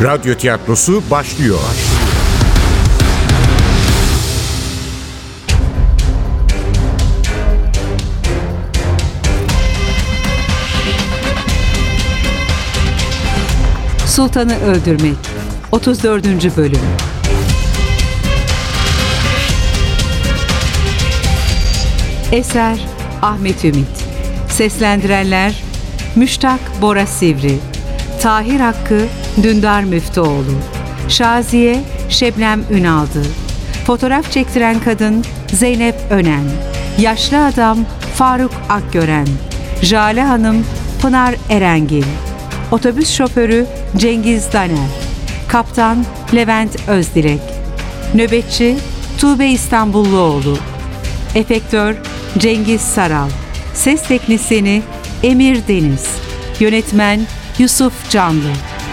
Radyo tiyatrosu başlıyor. Sultanı Öldürmek 34. Bölüm. Eser Ahmet Ümit. Seslendirenler Müştak Bora Sivri, Tahir Hakkı Dündar Müftüoğlu, Şaziye Şebnem Ünaldı, fotoğraf çektiren kadın Zeynep Önen, yaşlı adam Faruk Akgören, Jale Hanım Pınar Erengil, otobüs şoförü Cengiz Daner, kaptan Levent Özdilek, nöbetçi Tuğbe İstanbulluoğlu, efektör Cengiz Saral, ses teknisyeni Emir Deniz, yönetmen Yusuf Canlı.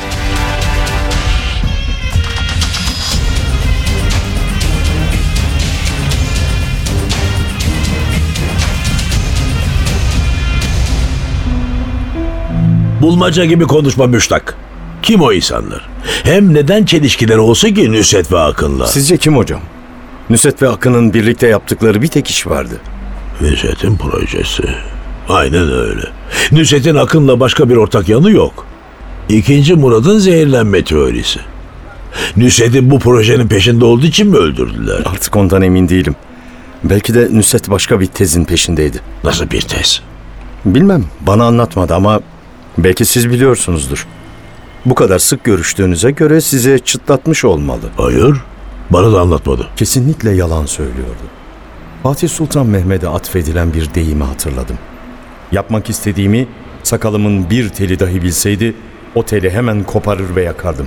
Bulmaca gibi konuşma Müştak. Kim o insanlar? Hem neden çelişkileri olsa ki Nusret ve Akın'la? Sizce kim hocam? Nusret ve Akın'ın birlikte yaptıkları bir tek iş vardı. Nusret'in projesi. Aynen öyle. Nusret'in Akın'la başka bir ortak yanı yok. İkinci Murad'ın zehirlenme teorisi. Nusret'i bu projenin peşinde olduğu için mi öldürdüler? Artık ondan emin değilim. Belki de Nusret başka bir tezin peşindeydi. Nasıl bir tez? Bilmem, bana anlatmadı ama belki siz biliyorsunuzdur. Bu kadar sık görüştüğünüze göre size çıtlatmış olmalı. Hayır, bana da anlatmadı. Kesinlikle yalan söylüyordu. Fatih Sultan Mehmet'e atfedilen bir deyimi hatırladım. Yapmak istediğimi sakalımın bir teli dahi bilseydi o teli hemen koparır ve yakardım.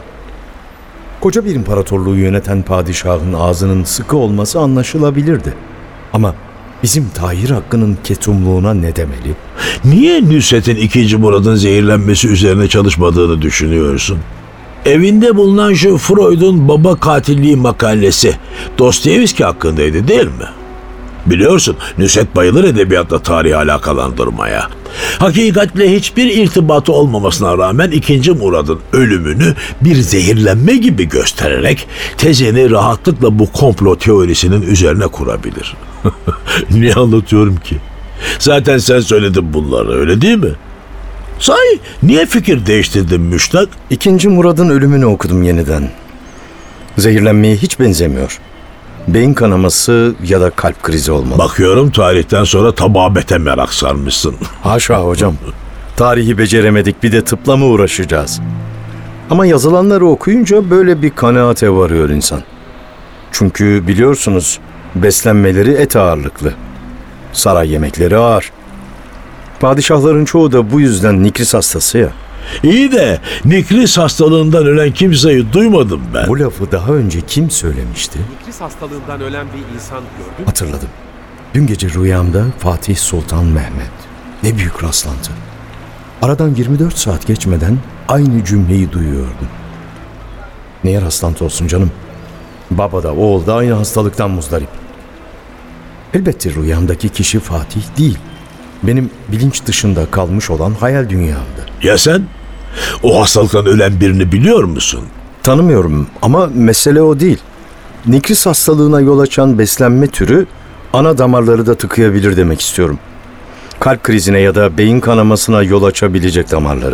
Koca bir imparatorluğu yöneten padişahın ağzının sıkı olması anlaşılabilirdi. Ama bizim Tahir Hakkı'nın ketumluğuna ne demeli? Niye Nusret'in 2. Murad'ın zehirlenmesi üzerine çalışmadığını düşünüyorsun? Evinde bulunan şu Freud'un baba katilliği makalesi Dostoyevski hakkındaydı değil mi? Biliyorsun Nusret bayılır edebiyatla tarihi alakalandırmaya. Hakikatle hiçbir irtibatı olmamasına rağmen 2. Murad'ın ölümünü bir zehirlenme gibi göstererek tezini rahatlıkla bu komplo teorisinin üzerine kurabilir. Niye anlatıyorum ki? Zaten sen söyledin bunları, öyle değil mi? Sahi niye fikir değiştirdin Müştak? 2. Murad'ın ölümünü okudum yeniden. Zehirlenmeye hiç benzemiyor. Beyin kanaması ya da kalp krizi olmalı. Bakıyorum tarihten sonra tababete merak sarmışsın. Haşa hocam. Tarihi beceremedik, bir de tıpla mı uğraşacağız? Ama yazılanları okuyunca böyle bir kanaate varıyor insan. Çünkü biliyorsunuz beslenmeleri et ağırlıklı. Saray yemekleri ağır. Padişahların çoğu da bu yüzden nikris hastası ya. İyi de nikris hastalığından ölen kimseyi duymadım ben. Bu lafı daha önce kim söylemişti? Nikris hastalığından ölen bir insan gördün mü? Hatırladım. Dün gece rüyamda Fatih Sultan Mehmet. Ne büyük rastlantı. Aradan 24 saat geçmeden aynı cümleyi duyuyordum. Neye rastlantı olsun canım? Baba da oğul da aynı hastalıktan muzdarip. Elbette rüyamdaki kişi Fatih değil. Benim bilinç dışında kalmış olan hayal dünyamdı. Ya sen? O hastalıktan ölen birini biliyor musun? Tanımıyorum ama mesele o değil. Nikris hastalığına yol açan beslenme türü ana damarları da tıkayabilir demek istiyorum. Kalp krizine ya da beyin kanamasına yol açabilecek damarları.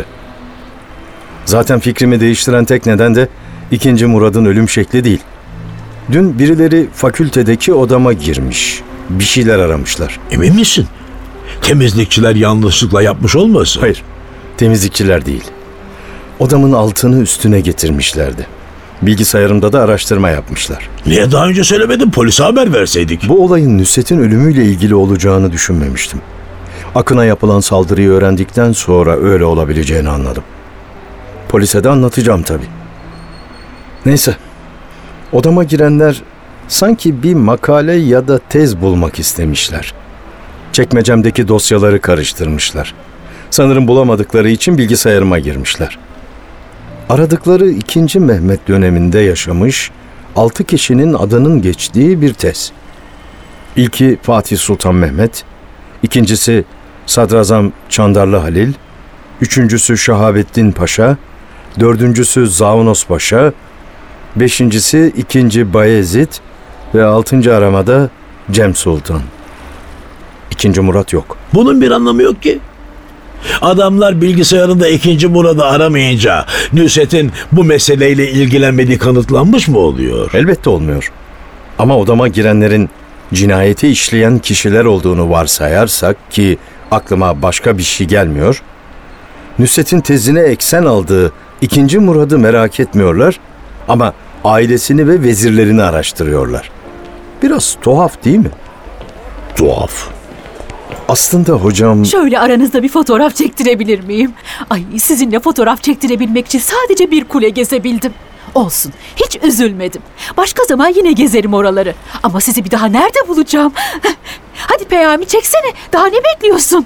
Zaten fikrimi değiştiren tek neden de 2. Murad'ın ölüm şekli değil. Dün birileri fakültedeki odama girmiş. Bir şeyler aramışlar. Emin misin? Temizlikçiler yanlışlıkla yapmış olmasın? Hayır, temizlikçiler değil. Odamın altını üstüne getirmişlerdi. Bilgisayarımda da araştırma yapmışlar. Niye daha önce söylemedin? Polise haber verseydik. Bu olayın Nusret'in ölümüyle ilgili olacağını düşünmemiştim. Akın'a yapılan saldırıyı öğrendikten sonra öyle olabileceğini anladım. Polise de anlatacağım tabii. Neyse, odama girenler sanki bir makale ya da tez bulmak istemişler. Çekmecemdeki dosyaları karıştırmışlar. Sanırım bulamadıkları için bilgisayarıma girmişler. Aradıkları 2. Mehmet döneminde yaşamış 6 kişinin adının geçtiği bir tez. İlki Fatih Sultan Mehmet, ikincisi Sadrazam Çandarlı Halil, üçüncüsü Şahabettin Paşa, dördüncüsü Zaunos Paşa, beşincisi 2. Bayezid ve 6. aramada Cem Sultan. 2. Murat yok. Bunun bir anlamı yok ki. Adamlar bilgisayarında 2. Murat'ı aramayınca Nusret'in bu meseleyle ilgilenmediği kanıtlanmış mı oluyor? Elbette olmuyor. Ama odama girenlerin cinayeti işleyen kişiler olduğunu varsayarsak ki aklıma başka bir şey gelmiyor, Nusret'in tezine eksen aldığı 2. Murat'ı merak etmiyorlar ama ailesini ve vezirlerini araştırıyorlar. Biraz tuhaf değil mi? Tuhaf. Aslında hocam... Şöyle aranızda bir fotoğraf çektirebilir miyim? Ay, sizinle fotoğraf çektirebilmek için sadece bir kule gezebildim. Olsun, hiç üzülmedim. Başka zaman yine gezerim oraları. Ama sizi bir daha nerede bulacağım? Hadi Peyami, çeksene. Daha ne bekliyorsun?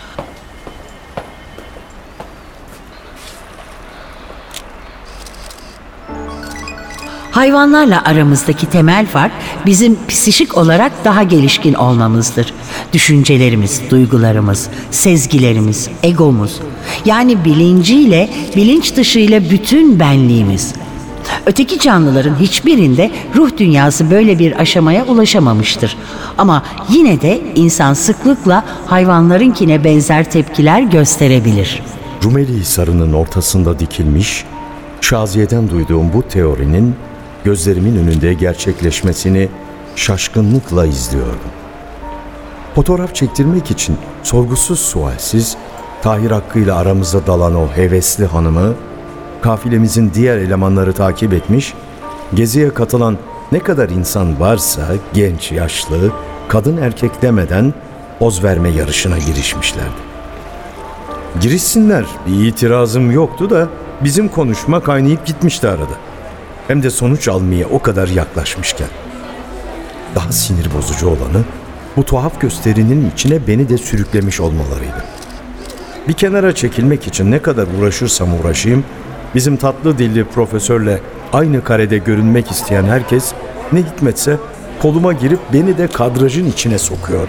Hayvanlarla aramızdaki temel fark bizim psikik olarak daha gelişkin olmamızdır. Düşüncelerimiz, duygularımız, sezgilerimiz, egomuz. Yani bilinciyle, bilinç dışıyla bütün benliğimiz. Öteki canlıların hiçbirinde ruh dünyası böyle bir aşamaya ulaşamamıştır. Ama yine de insan sıklıkla hayvanlarınkine benzer tepkiler gösterebilir. Rumeli Hisarı'nın ortasında dikilmiş, Şaziye'den duyduğum bu teorinin gözlerimin önünde gerçekleşmesini şaşkınlıkla izliyordum. Fotoğraf çektirmek için sorgusuz sualsiz Tahir Hakkı ile aramızda dalan o hevesli hanımı, kafilemizin diğer elemanları takip etmiş, geziye katılan ne kadar insan varsa genç, yaşlı, kadın erkek demeden poz verme yarışına girişmişlerdi. Girişsinler, bir itirazım yoktu da bizim konuşma kaynayıp gitmişti arada. Hem de sonuç almaya o kadar yaklaşmışken. Daha sinir bozucu olanı bu tuhaf gösterinin içine beni de sürüklemiş olmalarıydı. Bir kenara çekilmek için ne kadar uğraşırsam uğraşayım, bizim tatlı dilli profesörle aynı karede görünmek isteyen herkes ne hikmetse koluma girip beni de kadrajın içine sokuyordu.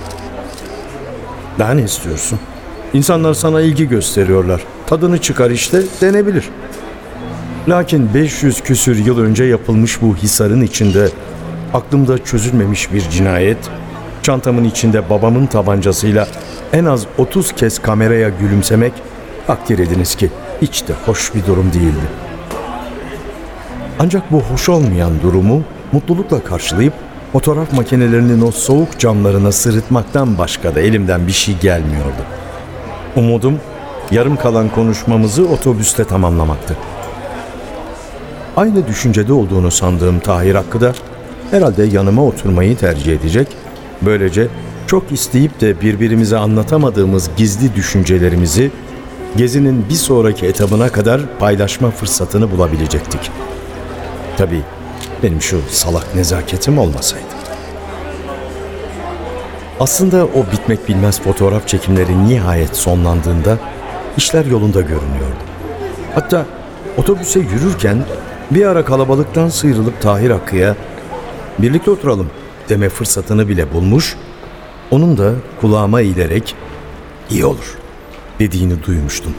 Daha ne istiyorsun? İnsanlar sana ilgi gösteriyorlar. Tadını çıkar işte denebilir. Lakin 500 küsür yıl önce yapılmış bu hisarın içinde aklımda çözülmemiş bir cinayet, çantamın içinde babamın tabancasıyla en az 30 kez kameraya gülümsemek, takdir ediniz ki hiç de hoş bir durum değildi. Ancak bu hoş olmayan durumu mutlulukla karşılayıp fotoğraf makinelerinin o soğuk camlarına sırıtmaktan başka da elimden bir şey gelmiyordu. Umudum yarım kalan konuşmamızı otobüste tamamlamaktı. Aynı düşüncede olduğunu sandığım Tahir Hakkı da herhalde yanıma oturmayı tercih edecek. Böylece çok isteyip de birbirimize anlatamadığımız gizli düşüncelerimizi gezinin bir sonraki etabına kadar paylaşma fırsatını bulabilecektik. Tabii benim şu salak nezaketim olmasaydı. Aslında o bitmek bilmez fotoğraf çekimleri nihayet sonlandığında işler yolunda görünüyordu. Hatta otobüse yürürken bir ara kalabalıktan sıyrılıp Tahir Hakkı'ya birlikte oturalım deme fırsatını bile bulmuş, onun da kulağıma eğilerek iyi olur dediğini duymuştum.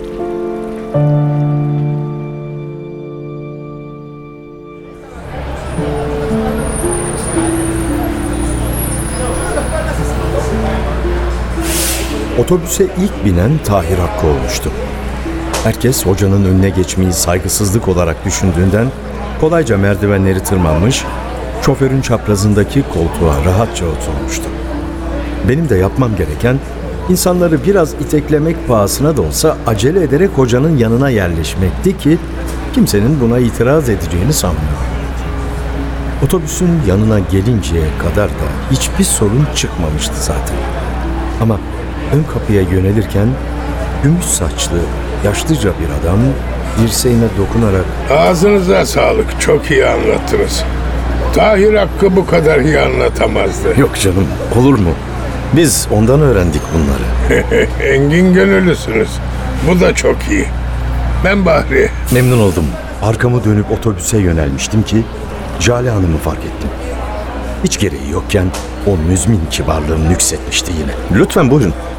Otobüse ilk binen Tahir Hakkı olmuştu. Herkes hocanın önüne geçmeyi saygısızlık olarak düşündüğünden kolayca merdivenleri tırmanmış, şoförün çaprazındaki koltuğa rahatça oturmuştu. Benim de yapmam gereken insanları biraz iteklemek pahasına da olsa acele ederek hocanın yanına yerleşmekti ki kimsenin buna itiraz edeceğini sanmıyorum. Otobüsün yanına gelinceye kadar da hiçbir sorun çıkmamıştı zaten. Ama ön kapıya yönelirken gümüş saçlı, yaşlıca bir adam dirseğine dokunarak "Ağzınıza sağlık, çok iyi anlattınız. Tahir Hakkı bu kadar iyi anlatamazdı." "Yok canım, olur mu? Biz ondan öğrendik bunları." "Engin gönüllüsünüz. Bu da çok iyi. Ben Bahri." Memnun oldum. Arkamı dönüp otobüse yönelmiştim ki Jale Hanım'ı fark ettim. Hiç gereği yokken o müzmin kibarlığım nüksetmişti yine. "Lütfen buyurun.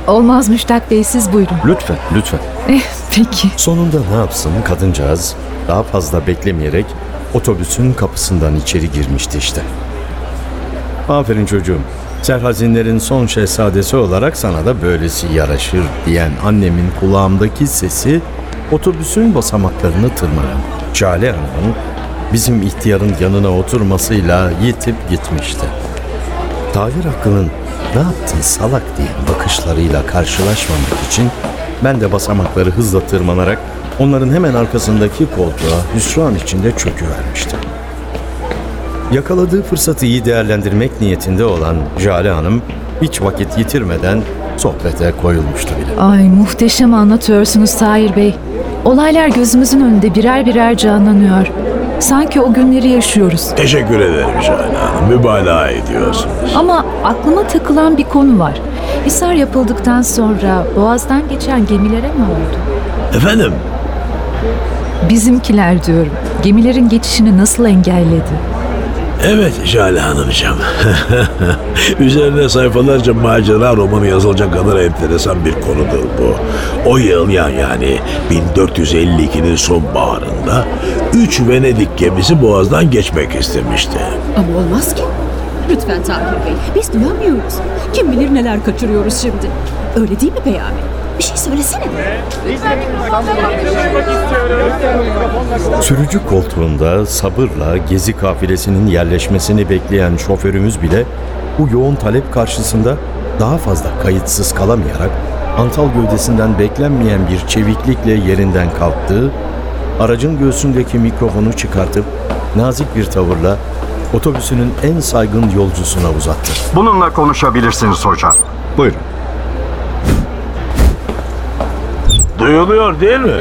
Olmaz Müştak Bey, siz buyurun. Lütfen, lütfen. Peki. Sonunda ne yapsın kadıncağız? Daha fazla beklemeyerek otobüsün kapısından içeri girmişti işte. Aferin çocuğum. Serhazinlerin son şehzadesi olarak sana da böylesi yaraşır diyen annemin kulağımdaki sesi otobüsün basamaklarını tırmanan Jale Hanım'ın bizim ihtiyarın yanına oturmasıyla yitip gitmişti. Tahir Hakkı'nın "ne yaptın salak" diye bakışlarıyla karşılaşmamak için ben de basamakları hızla tırmanarak onların hemen arkasındaki koltuğa hüsran içinde çöküvermiştim. Yakaladığı fırsatı iyi değerlendirmek niyetinde olan Jale Hanım hiç vakit yitirmeden sohbete koyulmuştu bile. Ay, muhteşem anlatıyorsunuz Tahir Bey. Olaylar gözümüzün önünde birer birer canlanıyor. Sanki o günleri yaşıyoruz. Teşekkür ederim Jale Hanım. Mübalağa ediyorsunuz. Ama aklıma takılan bir konu var. Hisar yapıldıktan sonra Boğaz'dan geçen gemilere ne oldu? Efendim? Bizimkiler diyorum. Gemilerin geçişini nasıl engelledi? Evet Jale Hanımcığım. Üzerine sayfalarca macera romanı yazılacak kadar enteresan bir konudur bu. O yıl yani 1452'nin sonbaharında 3 Venedik gemisi Boğaz'dan geçmek istemişti. Ama olmaz ki. Lütfen Tahir Bey, biz duyamıyoruz. Kim bilir neler kaçırıyoruz şimdi. Öyle değil mi Peyami? Bir şey söylesene. Sürücü koltuğunda sabırla gezi kafilesinin yerleşmesini bekleyen şoförümüz bile bu yoğun talep karşısında daha fazla kayıtsız kalamayarak antal gövdesinden beklenmeyen bir çeviklikle yerinden kalktı, aracın göğsündeki mikrofonu çıkartıp nazik bir tavırla otobüsünün en saygın yolcusuna uzattı. Bununla konuşabilirsiniz hocam. Buyurun. Duyuluyor değil mi?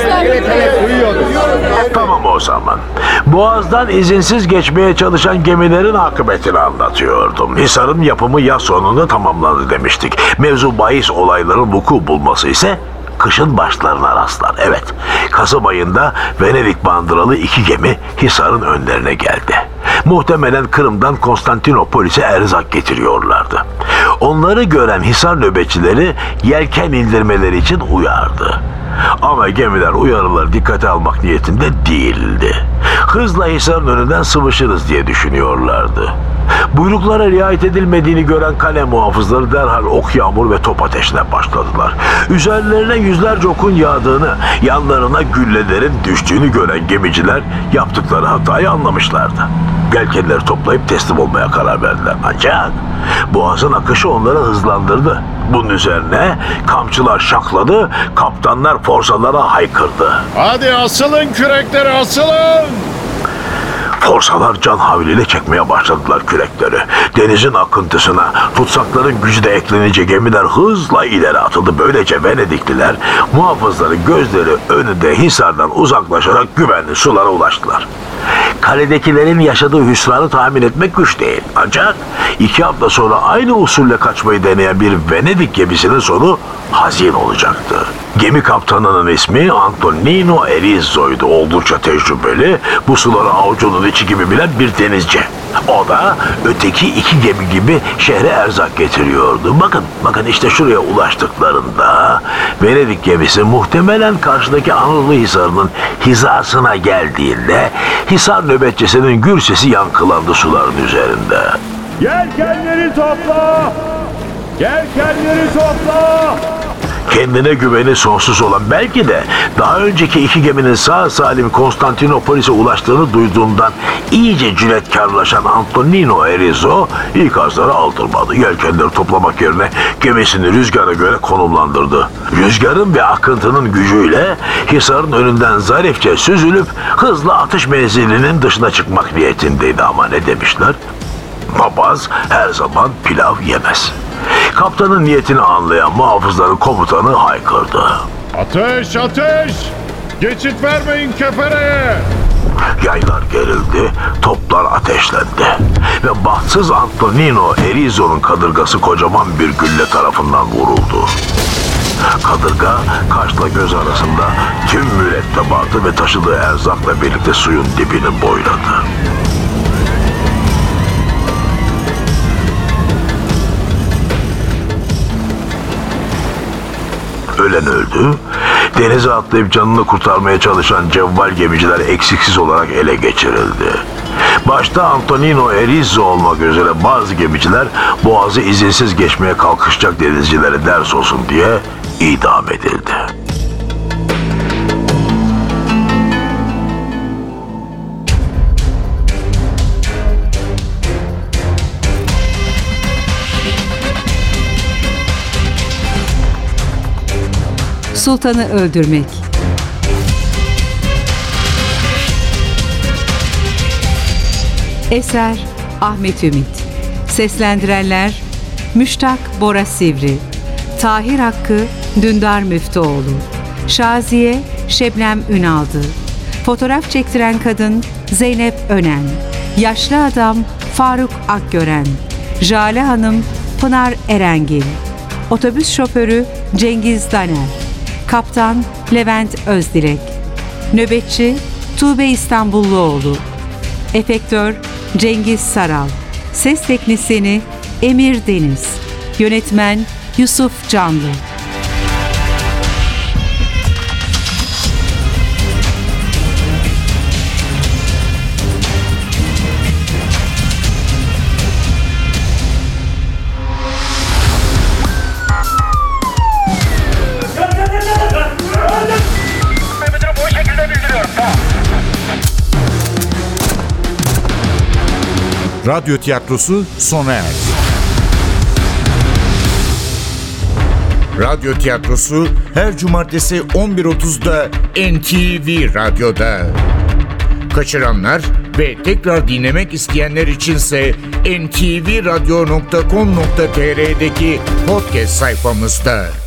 Tamam o zaman. Boğaz'dan izinsiz geçmeye çalışan gemilerin akıbetini anlatıyordum. Hisar'ın yapımı yaz sonunda tamamlandı demiştik. Mevzu bahis olayların vuku bulması ise kışın başlarına rastlar. Evet, Kasım ayında Venedik bandıralı 2 gemi Hisar'ın önlerine geldi. Muhtemelen Kırım'dan Konstantinopolis'e erzak getiriyorlardı. Onları gören Hisar nöbetçileri yelken indirmeleri için uyardı. Ama gemiler uyarıları dikkate almak niyetinde değildi. Hızla Hisar'ın önünden sıvışırız diye düşünüyorlardı. Buyruklara riayet edilmediğini gören kale muhafızları derhal ok yağmur ve top ateşine başladılar. Üzerlerine yüzlerce okun yağdığını, yanlarına güllelerin düştüğünü gören gemiciler yaptıkları hatayı anlamışlardı. Yelkenleri toplayıp teslim olmaya karar verdiler. Ancak Boğaz'ın akışı onları hızlandırdı. Bunun üzerine kamçılar şakladı, kaptanlar forsalara haykırdı. Hadi asılın kürekleri, asılın! Forsalar can havliyle çekmeye başladılar kürekleri. Denizin akıntısına tutsakların gücü de eklenince gemiler hızla ileri atıldı. Böylece Venedikliler muhafızların gözleri önünde Hisar'dan uzaklaşarak güvenli sulara ulaştılar. Kaledekilerin yaşadığı hüsranı tahmin etmek güç değil. Ancak 2 hafta sonra aynı usulle kaçmayı deneyen bir Venedik gemisinin sonu hazin olacaktı. Gemi kaptanının ismi Antonino Erizzo'ydu. Oldukça tecrübeli, bu suları avucunun içi gibi bilen bir denizci. O da öteki 2 gemi gibi şehre erzak getiriyordu. Bakın işte şuraya ulaştıklarında Venedik gemisi muhtemelen karşıdaki Anadolu Hisarı'nın hizasına geldiğinde Hisar nöbetçisinin gür sesi yankılandı suların üzerinde. Yelkenleri topla! Yelkenleri topla! Kendine güveni sonsuz olan, belki de daha önceki 2 geminin sağ salim Konstantinopolis'e ulaştığını duyduğundan iyice cüretkarlaşan Antonino Erizzo ikazları aldırmadı. Yelkenleri toplamak yerine gemisini rüzgara göre konumlandırdı. Rüzgarın ve akıntının gücüyle Hisar'ın önünden zarifçe süzülüp hızla atış menzilinin dışına çıkmak niyetindeydi. Ama ne demişler? Papaz her zaman pilav yemez. Kaptanın niyetini anlayan muhafızların komutanı haykırdı. Ateş, ateş! Geçit vermeyin kefereye! Yaylar gerildi, toplar ateşlendi ve bahtsız Antonino Erizzo'nun kadırgası kocaman bir gülle tarafından vuruldu. Kadırga kaşla göz arasında tüm mürettebatı ve taşıdığı erzakla birlikte suyun dibini boyladı. ölen öldü. Denize atlayıp canını kurtarmaya çalışan cevval gemiciler eksiksiz olarak ele geçirildi. Başta Antonino Erizzo olmak üzere bazı gemiciler boğazı izinsiz geçmeye kalkışacak denizcilere ders olsun diye idam edildi. Sultanı öldürmek. Eser Ahmet Ümit. Seslendirenler Müştak Bora Sivri, Tahir Hakkı Dündar Müftüoğlu, Şaziye Şebnem Ünaldı, fotoğraf çektiren kadın Zeynep Önen, yaşlı adam Faruk Akgören, Jale Hanım Pınar Erengil, otobüs şoförü Cengiz Daner, kaptan Levent Özdilek, nöbetçi Tuğbe İstanbulluoğlu, efektör Cengiz Saral, ses teknisyeni Emir Deniz, yönetmen Yusuf Canlı. Radyo tiyatrosu sona erdi. Radyo tiyatrosu her cumartesi 11.30'da NTV Radyo'da. Kaçıranlar ve tekrar dinlemek isteyenler içinse ntvradio.com.tr'deki podcast sayfamızda.